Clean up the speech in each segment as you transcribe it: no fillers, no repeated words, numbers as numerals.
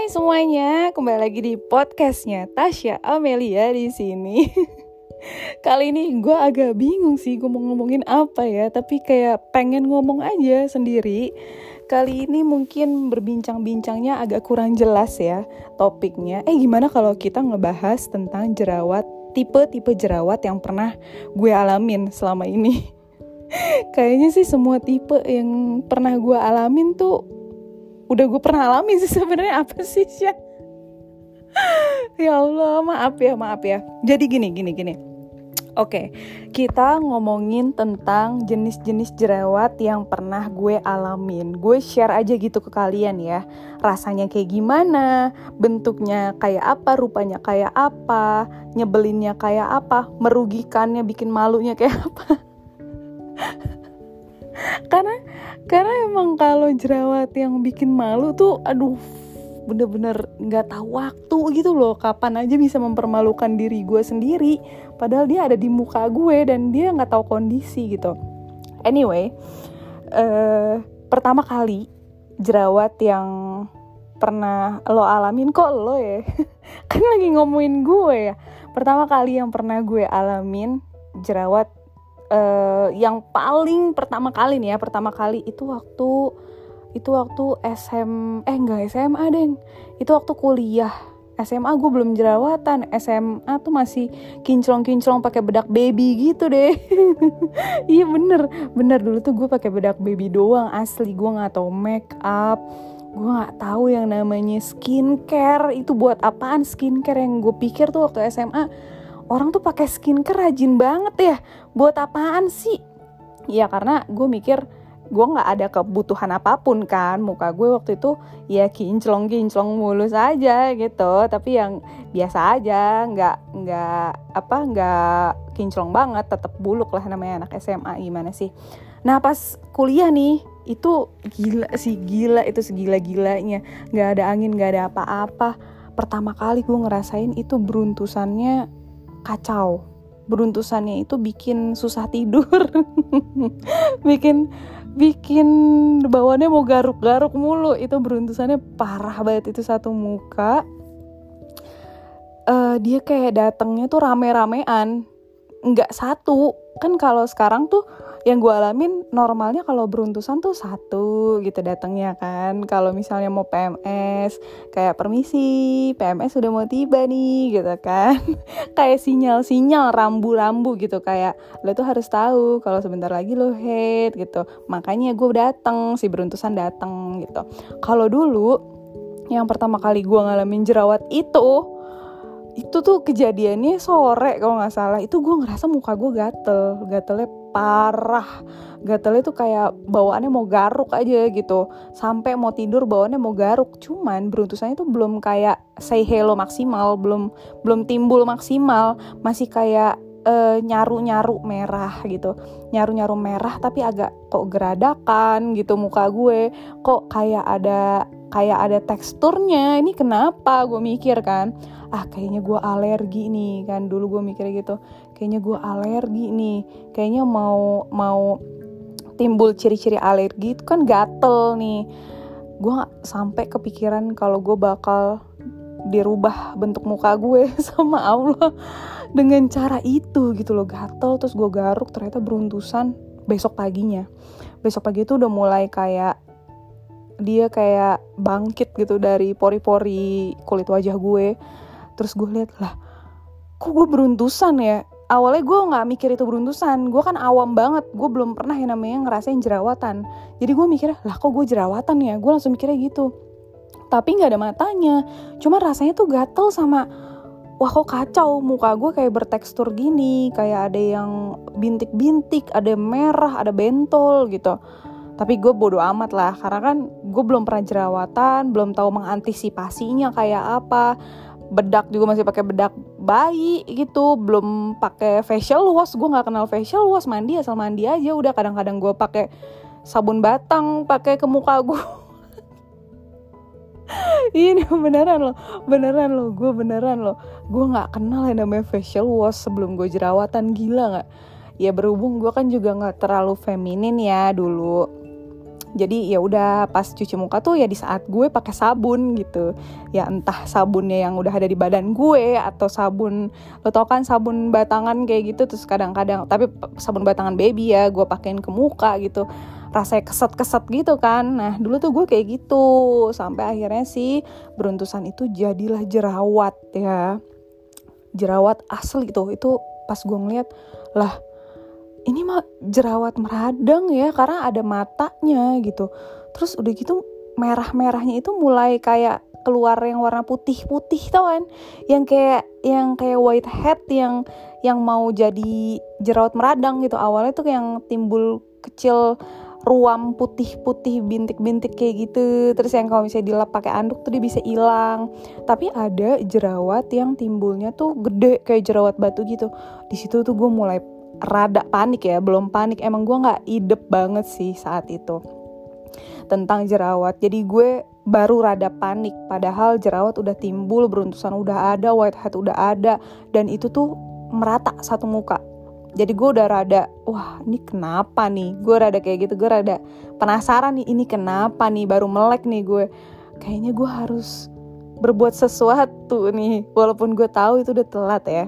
semuanya, kembali lagi di podcastnya Tasya Amelia di sini. Kali ini gue agak bingung sih gue mau ngomongin apa ya, tapi kayak pengen ngomong aja sendiri. Kali ini mungkin berbincang-bincangnya agak kurang jelas ya topiknya. Gimana kalau kita ngebahas tentang jerawat, tipe-tipe jerawat yang pernah gue alamin selama ini. Kayaknya sih semua tipe yang pernah gue alamin tuh udah gue pernah alami sih sebenarnya. Apa sih ya? Ya Allah, maaf ya. Jadi gini. Oke, kita ngomongin tentang jenis-jenis jerawat yang pernah gue alamin. Gue share aja gitu ke kalian ya. Rasanya kayak gimana, bentuknya kayak apa, rupanya kayak apa, nyebelinnya kayak apa, merugikannya, bikin malunya kayak apa. Karena emang kalau jerawat yang bikin malu tuh bener-bener gak tahu waktu gitu loh, kapan aja bisa mempermalukan diri gue sendiri, padahal dia ada di muka gue dan dia gak tahu kondisi gitu. Anyway, pertama kali jerawat yang pernah lo alamin, kok lo ya kan lagi ngomongin gue ya. Pertama kali yang pernah gue alamin jerawat yang paling pertama kali itu waktu SMA deh. Itu waktu kuliah. SMA gue belum jerawatan. SMA tuh masih kinclong-kinclong pakai bedak baby gitu deh. Iya bener dulu tuh gue pakai bedak baby doang, asli. Gue nggak tahu make up, gue nggak tahu yang namanya skincare. Itu buat apaan skincare? Yang gue pikir tuh waktu SMA, orang tuh pakai skincare rajin banget ya. Buat apaan sih? Ya karena gue mikir gue nggak ada kebutuhan apapun kan. Muka gue waktu itu ya kinclong mulus aja gitu. Tapi yang biasa aja, nggak kinclong banget, tetap buluk lah, namanya anak SMA, gimana sih. Nah pas kuliah nih, itu gila itu segila-gilanya. Nggak ada angin, nggak ada apa-apa. Pertama kali gue ngerasain itu beruntusannya kacau. Beruntusannya itu bikin susah tidur. bikin bawaannya mau garuk-garuk mulu. Itu beruntusannya parah banget. Itu satu muka. Dia kayak datangnya tuh rame-ramean, nggak satu. Kan kalau sekarang tuh yang gue alamin normalnya kalau beruntusan tuh satu gitu datangnya kan. Kalau misalnya mau PMS, kayak permisi, PMS udah mau tiba nih gitu kan. Kayak sinyal rambu-rambu gitu, kayak lo tuh harus tahu kalau sebentar lagi lo head gitu. Makanya gue datang, si beruntusan datang gitu. Kalau dulu yang pertama kali gue ngalamin jerawat itu tuh kejadiannya sore kalau nggak salah. Itu gue ngerasa muka gue gatelnya parah. Gatelnya tuh kayak bawaannya mau garuk aja gitu. Sampai mau tidur bawaannya mau garuk. Cuman beruntusannya tuh belum kayak say hello maksimal, belum timbul maksimal. Masih kayak nyaru-nyaru merah gitu. Nyaru-nyaru merah tapi agak kok geradakan gitu muka gue. Kok kayak ada teksturnya. Ini kenapa? Gue mikir kan. Kayaknya gue alergi nih kan. Dulu gue mikirnya gitu. Kayaknya gue alergi nih. Kayaknya mau timbul ciri-ciri alergi itu kan gatel nih. Gue gak sampai kepikiran kalau gue bakal dirubah bentuk muka gue sama Allah dengan cara itu gitu loh. Gatel terus gue garuk, ternyata beruntusan besok paginya. Besok pagi itu udah mulai kayak dia kayak bangkit gitu dari pori-pori kulit wajah gue. Terus gue lihat, lah kok gue beruntusan ya. Awalnya gue gak mikir itu beruntusan. Gue kan awam banget, gue belum pernah yang namanya ngerasain jerawatan. Jadi gue mikirnya, lah kok gue jerawatan ya. Gue langsung mikirnya gitu. Tapi gak ada matanya. Cuma rasanya tuh gatel sama, wah kok kacau. Muka gue kayak bertekstur gini, kayak ada yang bintik-bintik, ada merah, ada bentol gitu. Tapi gue bodo amat lah, karena kan gue belum pernah jerawatan, belum tahu mengantisipasinya kayak apa. Bedak juga masih pakai bedak bayi gitu, belum pakai facial wash. Gue nggak kenal facial wash, asal mandi aja udah. Kadang-kadang gue pakai sabun batang, pakai ke muka gue. Ini beneran loh, gue nggak kenal yang namanya facial wash sebelum gue jerawatan. Gila nggak? Ya berhubung gue kan juga nggak terlalu feminin ya dulu. Jadi ya udah pas cuci muka tuh ya di saat gue pakai sabun gitu. Ya entah sabunnya yang udah ada di badan gue atau sabun, lo tau kan sabun batangan kayak gitu, terus kadang-kadang tapi sabun batangan baby ya gue pakein ke muka gitu. Rasanya keset-keset gitu kan. Nah dulu tuh gue kayak gitu sampai akhirnya si beruntusan itu jadilah jerawat ya. Jerawat asli tuh. Itu pas gue ngeliat, lah ini mah jerawat meradang ya karena ada matanya gitu. Terus udah gitu merah-merahnya itu mulai kayak keluar yang warna putih-putih tau kan, yang kayak whitehead yang mau jadi jerawat meradang gitu. Awalnya tuh yang timbul kecil ruam putih-putih bintik-bintik kayak gitu. Terus yang kalau misalnya dilap pakai anduk tuh dia bisa hilang. Tapi ada jerawat yang timbulnya tuh gede kayak jerawat batu gitu. Di situ tuh gue mulai rada panik ya, belum panik, emang gue nggak idep banget sih saat itu tentang jerawat. Jadi gue baru rada panik, padahal jerawat udah timbul, beruntusan udah ada, whitehead udah ada, dan itu tuh merata satu muka. Jadi gue udah rada, wah ini kenapa nih? Gue rada kayak gitu, gue rada penasaran nih, ini kenapa nih? Baru melek nih gue. Kayaknya gue harus berbuat sesuatu nih, walaupun gue tahu itu udah telat ya.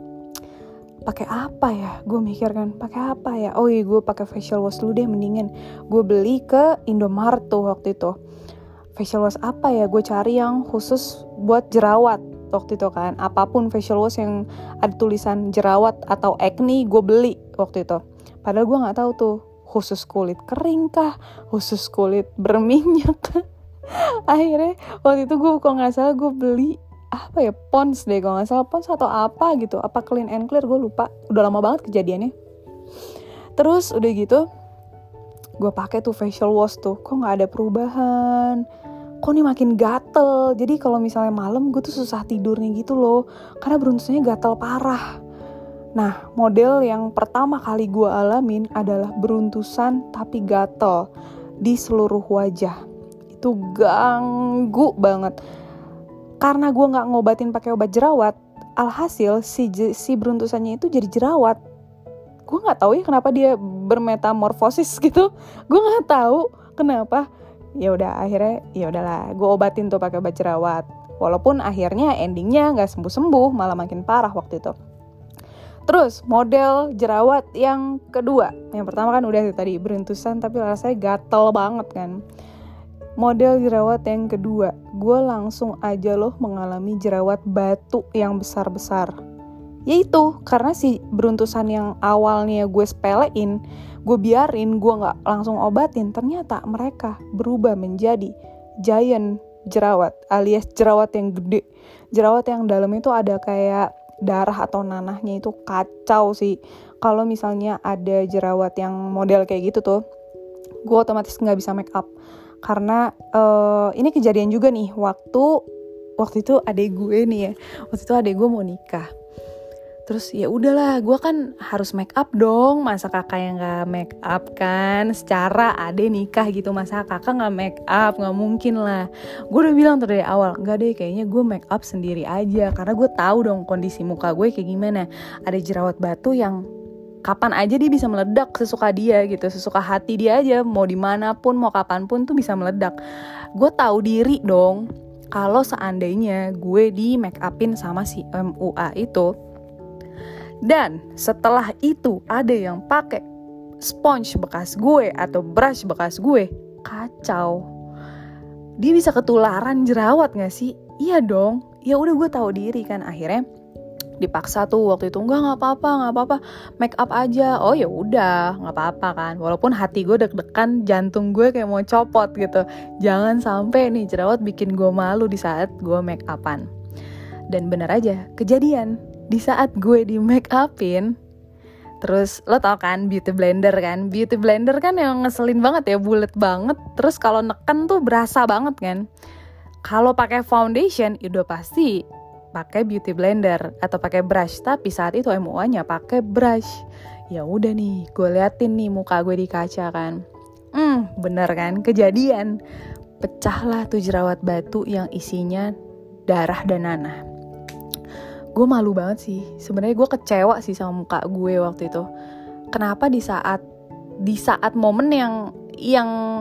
Pakai apa ya? Gue mikir kan, pakai apa ya? Oh iya, gue pakai facial wash dulu deh mendingan. Gue beli ke Indomaret tuh waktu itu. Facial wash apa ya? Gue cari yang khusus buat jerawat waktu itu kan. Apapun facial wash yang ada tulisan jerawat atau acne, gue beli waktu itu. Padahal gue nggak tahu tuh khusus kulit kering kah, khusus kulit berminyak kah. Akhirnya waktu itu gue kalau nggak salah gue beli apa ya, Pond's deh kalau nggak salah, Pond's atau apa gitu, apa Clean and Clear, gue lupa, udah lama banget kejadiannya. Terus udah gitu gue pakai tuh facial wash tuh, kok nggak ada perubahan, kok nih makin gatel. Jadi kalau misalnya malam gue tuh susah tidurnya gitu loh, karena beruntusannya gatel parah. Nah model yang pertama kali gue alamin adalah beruntusan tapi gatel di seluruh wajah. Itu ganggu banget. Karena gue nggak ngobatin pakai obat jerawat, alhasil si beruntusannya itu jadi jerawat. Gue nggak tahu ya kenapa dia bermetamorfosis gitu. Gue nggak tahu kenapa. Ya udah akhirnya ya udahlah, gue obatin tuh pakai obat jerawat. Walaupun akhirnya endingnya nggak sembuh-sembuh, malah makin parah waktu itu. Terus model jerawat yang kedua, yang pertama kan udah tadi beruntusan tapi rasanya gatel banget kan. Model jerawat yang kedua, gue langsung aja loh mengalami jerawat batu yang besar-besar. Yaitu karena si beruntusan yang awalnya gue sepelein, gue biarin, gue gak langsung obatin, ternyata mereka berubah menjadi giant jerawat, alias jerawat yang gede. Jerawat yang dalamnya itu ada kayak darah atau nanahnya, itu kacau sih. Kalau misalnya ada jerawat yang model kayak gitu tuh, gue otomatis gak bisa make up. Karena ini kejadian juga nih waktu itu adek gue nih ya, waktu itu adek gue mau nikah. Terus ya udahlah, gue kan harus make up dong, masa kakak yang nggak make up kan? Secara adek nikah gitu, masa kakak nggak make up, nggak mungkin lah. Gue udah bilang tuh dari awal, nggak deh, kayaknya gue make up sendiri aja, karena gue tahu dong kondisi muka gue kayak gimana. Ada jerawat batu yang kapan aja dia bisa meledak sesuka dia gitu, sesuka hati dia aja, mau dimanapun, mau kapanpun tuh bisa meledak. Gue tahu diri dong, kalau seandainya gue di make upin sama si MUA itu, dan setelah itu ada yang pakai sponge bekas gue atau brush bekas gue, kacau. Dia bisa ketularan jerawat nggak sih? Iya dong. Ya udah gue tahu diri kan, akhirnya dipaksa tuh waktu itu, nggak apa-apa, make up aja. Oh ya udah, nggak apa-apa kan. Walaupun hati gue deg-degan, jantung gue kayak mau copot gitu. Jangan sampai nih jerawat bikin gue malu di saat gue make upan. Dan bener aja, kejadian di saat gue di make upin. Terus lo tau kan beauty blender kan? Beauty blender kan yang ngeselin banget ya, bulet banget. Terus kalau neken tuh berasa banget kan. Kalau pakai foundation, udah pasti pakai beauty blender atau pakai brush, tapi saat itu MUA-nya pakai brush. Ya udah nih, gue liatin nih muka gue di kaca kan. Bener kan, kejadian. Pecahlah tuh jerawat batu yang isinya darah dan nanah. Gue malu banget sih. Sebenarnya gue kecewa sih sama muka gue waktu itu. Kenapa di saat momen yang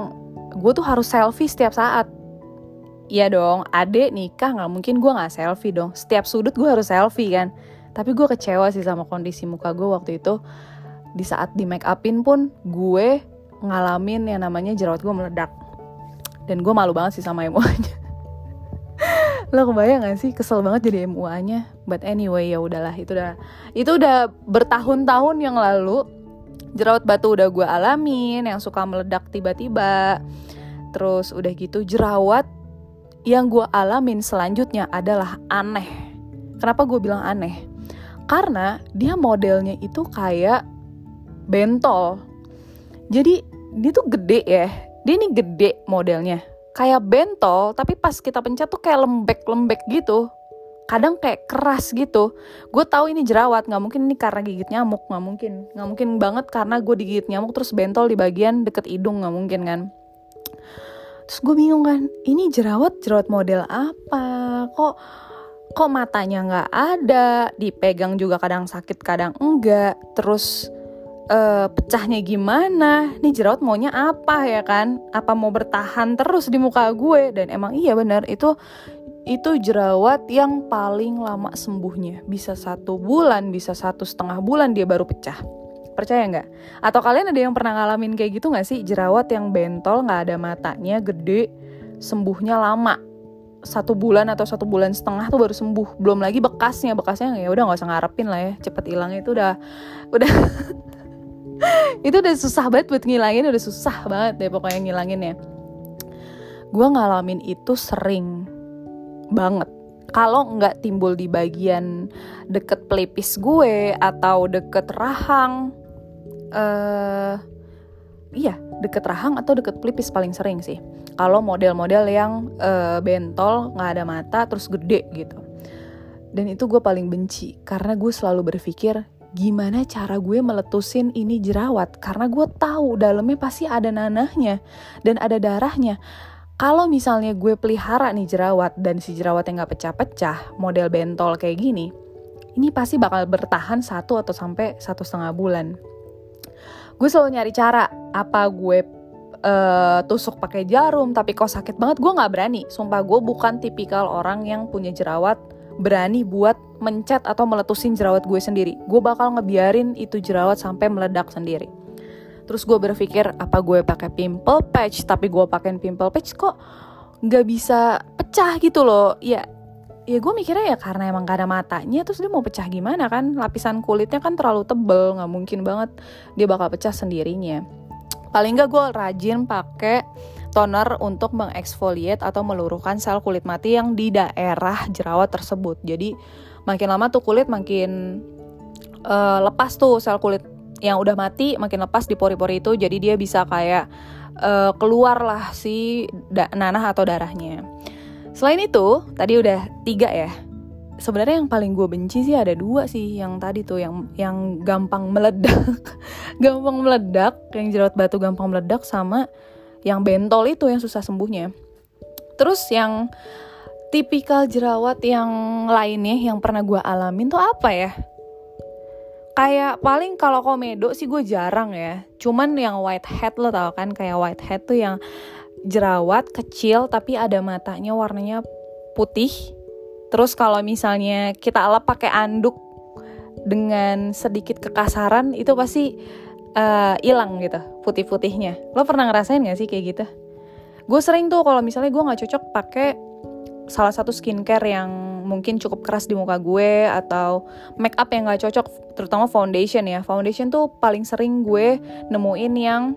gue tuh harus selfie setiap saat. Iya dong, adek nikah gak mungkin gue gak selfie dong. Setiap sudut gue harus selfie kan. Tapi gue kecewa sih sama kondisi muka gue waktu itu. Di saat di make upin pun gue ngalamin yang namanya jerawat gue meledak. Dan gue malu banget sih sama MUA-nya. Lo kebayang gak sih, kesel banget jadi MUA-nya. But anyway, ya udahlah, itu udah bertahun-tahun yang lalu. Jerawat batu udah gue alamin, yang suka meledak tiba-tiba. Terus udah gitu jerawat yang gue alamin selanjutnya adalah aneh. Kenapa gue bilang aneh? Karena dia modelnya itu kayak bentol. Jadi dia tuh gede ya. Dia ini gede modelnya. Kayak bentol, tapi pas kita pencet tuh kayak lembek-lembek gitu. Kadang kayak keras gitu. Gue tahu ini jerawat, nggak mungkin ini karena gigit nyamuk, nggak mungkin banget karena gue digigit nyamuk terus bentol di bagian deket hidung, nggak mungkin kan. Terus gue bingung kan, ini jerawat model apa? Kok matanya nggak ada, dipegang juga kadang sakit kadang enggak, terus pecahnya gimana? Nih jerawat maunya apa ya kan? Apa mau bertahan terus di muka gue? Dan emang iya benar, itu jerawat yang paling lama sembuhnya. Bisa 1 bulan, bisa 1,5 bulan dia baru pecah. Percaya nggak? Atau kalian ada yang pernah ngalamin kayak gitu nggak sih? Jerawat yang bentol, nggak ada matanya, gede, sembuhnya lama. 1 bulan atau 1,5 bulan tuh baru sembuh. Belum lagi bekasnya ya udah nggak usah ngarepin lah ya, cepet hilangnya itu udah itu udah susah banget buat ngilangin, udah susah banget deh pokoknya ngilanginnya. Gue ngalamin itu sering banget. Kalau nggak timbul di bagian deket pelipis gue atau deket rahang, deket rahang atau deket pelipis paling sering sih. Kalau model-model yang bentol, nggak ada mata, terus gede gitu. Dan itu gue paling benci karena gue selalu berpikir gimana cara gue meletusin ini jerawat, karena gue tahu dalamnya pasti ada nanahnya dan ada darahnya. Kalau misalnya gue pelihara nih jerawat dan si jerawatnya nggak pecah-pecah, model bentol kayak gini, ini pasti bakal bertahan 1 atau sampai 1,5 bulan. Gue selalu nyari cara, apa gue tusuk pakai jarum, tapi kok sakit banget, gue nggak berani. Sumpah gue bukan tipikal orang yang punya jerawat berani buat mencet atau meletusin jerawat gue sendiri. Gue bakal ngebiarin itu jerawat sampai meledak sendiri. Terus gue berpikir, apa gue pakai pimple patch, tapi gue pakein pimple patch kok nggak bisa pecah gitu loh. Ya gue mikirnya ya karena emang gak ada matanya, terus dia mau pecah gimana kan? Lapisan kulitnya kan terlalu tebel, nggak mungkin banget dia bakal pecah sendirinya. Paling nggak gue rajin pakai toner untuk mengeksfoliate atau meluruhkan sel kulit mati yang di daerah jerawat tersebut. Jadi makin lama tuh kulit makin lepas tuh sel kulit yang udah mati, makin lepas di pori-pori itu. Jadi dia bisa kayak keluar lah si nanah atau darahnya. Selain itu, tadi udah 3 ya. Sebenarnya yang paling gue benci sih ada 2 sih. Yang tadi tuh yang gampang meledak. Gampang meledak, yang jerawat batu gampang meledak, sama yang bentol itu yang susah sembuhnya. Terus yang tipikal jerawat yang lainnya yang pernah gue alamin tuh apa ya? Kayak paling kalau komedo sih gue jarang ya. Cuman yang whitehead, lo tau kan, kayak whitehead tuh yang jerawat kecil tapi ada matanya warnanya putih. Terus kalau misalnya kita lap pakai anduk dengan sedikit kekasaran, itu pasti hilang gitu putih-putihnya. Lo pernah ngerasain gak sih kayak gitu? Gue sering tuh kalau misalnya gue gak cocok pakai salah satu skincare yang mungkin cukup keras di muka gue, atau make up yang gak cocok, terutama foundation ya. Foundation tuh paling sering gue nemuin yang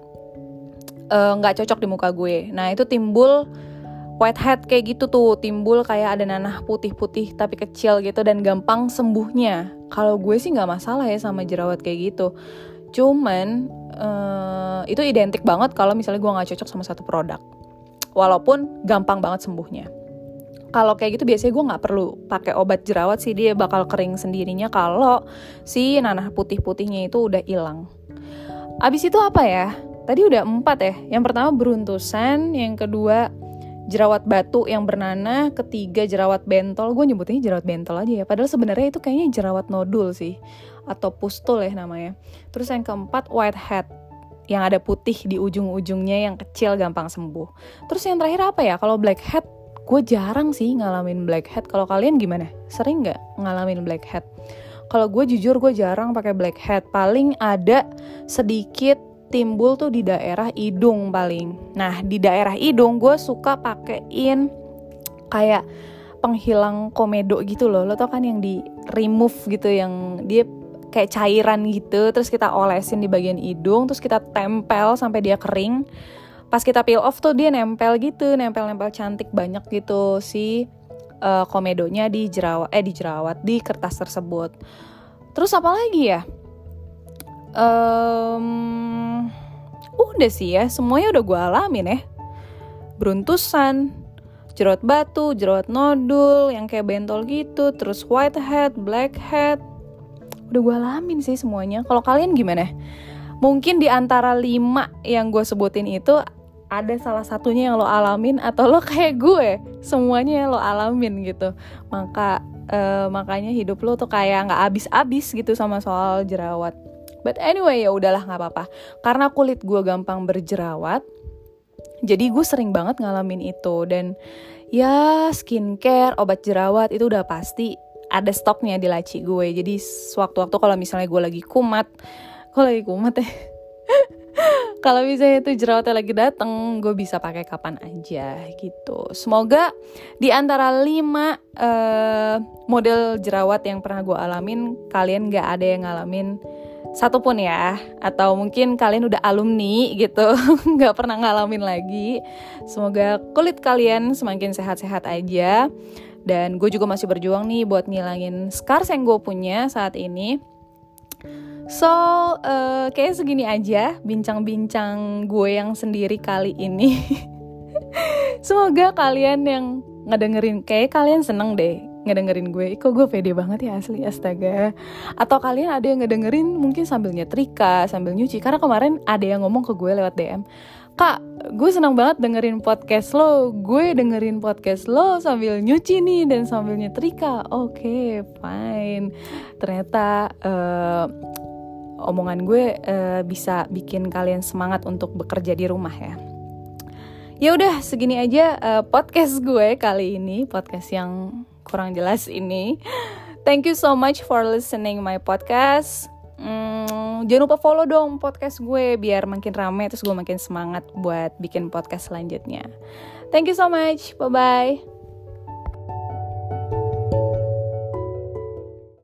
gak cocok di muka gue. Nah itu timbul whitehead kayak gitu tuh, timbul kayak ada nanah putih-putih tapi kecil gitu dan gampang sembuhnya. Kalau gue sih gak masalah ya sama jerawat kayak gitu. Cuman itu identik banget kalau misalnya gue gak cocok sama satu produk, walaupun gampang banget sembuhnya. Kalau kayak gitu biasanya gue gak perlu pakai obat jerawat sih, dia bakal kering sendirinya kalau si nanah putih-putihnya itu udah hilang. Abis itu apa ya? Tadi udah 4 ya. Yang pertama beruntusan, yang kedua jerawat batu yang bernanah, ketiga jerawat bentol. Gue nyebutnya jerawat bentol aja ya, padahal sebenarnya itu kayaknya jerawat nodul sih, atau pustul ya namanya. Terus yang keempat whitehead. yang ada putih di ujung-ujungnya yang kecil gampang sembuh. Terus yang terakhir apa ya? Kalau blackhead, gue jarang sih ngalamin blackhead. Kalau kalian gimana? Sering nggak ngalamin blackhead? Kalau gue jujur gue jarang pakai blackhead. Paling ada sedikit timbul tuh di daerah hidung paling. Nah di daerah hidung gue suka pakein kayak penghilang komedo gitu loh. Lo tau kan yang di remove gitu, yang dia kayak cairan gitu, terus kita olesin di bagian hidung, terus kita tempel sampai dia kering. Pas kita peel off tuh dia nempel gitu, nempel-nempel cantik banyak gitu si komedonya di jerawat di kertas tersebut. Terus apa lagi ya? Udah sih ya, semuanya udah gue alamin ya. Beruntusan, jerawat batu, jerawat nodul yang kayak bentol gitu, terus whitehead, blackhead, udah gue alamin sih semuanya. Kalau kalian gimana? Mungkin di antara 5 yang gue sebutin itu ada salah satunya yang lo alamin, atau lo kayak gue semuanya lo alamin gitu. Makanya hidup lo tuh kayak nggak habis-habis gitu sama soal jerawat. But anyway, ya udahlah, nggak apa-apa. Karena kulit gue gampang berjerawat, jadi gue sering banget ngalamin itu. Dan ya skincare, obat jerawat itu udah pasti ada stoknya di laci gue. Jadi sewaktu-waktu kalau misalnya gue lagi kumat ya kalau misalnya itu jerawatnya lagi dateng, gue bisa pakai kapan aja gitu. Semoga di antara 5 model jerawat yang pernah gue alamin, kalian gak ada yang ngalamin satupun ya. Atau mungkin kalian udah alumni gitu, gak pernah ngalamin lagi. Semoga kulit kalian semakin sehat-sehat aja. Dan gue juga masih berjuang nih buat ngilangin scars yang gue punya saat ini. So, kayak segini aja bincang-bincang gue yang sendiri kali ini. Semoga kalian yang ngedengerin, kayak kalian seneng deh ngedengerin gue. Kok gue pede banget ya, asli, astaga. Atau kalian ada yang ngedengerin mungkin sambil nyetrika, sambil nyuci. Karena kemarin ada yang ngomong ke gue lewat DM, "Kak, gue senang banget dengerin podcast lo. Gue dengerin podcast lo sambil nyuci nih dan sambil nyetrika." Oke, fine. Ternyata omongan gue bisa bikin kalian semangat untuk bekerja di rumah ya. Ya udah, segini aja podcast gue kali ini, podcast yang kurang jelas ini. Thank you so much for listening my podcast. Jangan lupa follow dong podcast gue biar makin rame, terus gue makin semangat buat bikin podcast selanjutnya. Thank you so much. Bye-bye.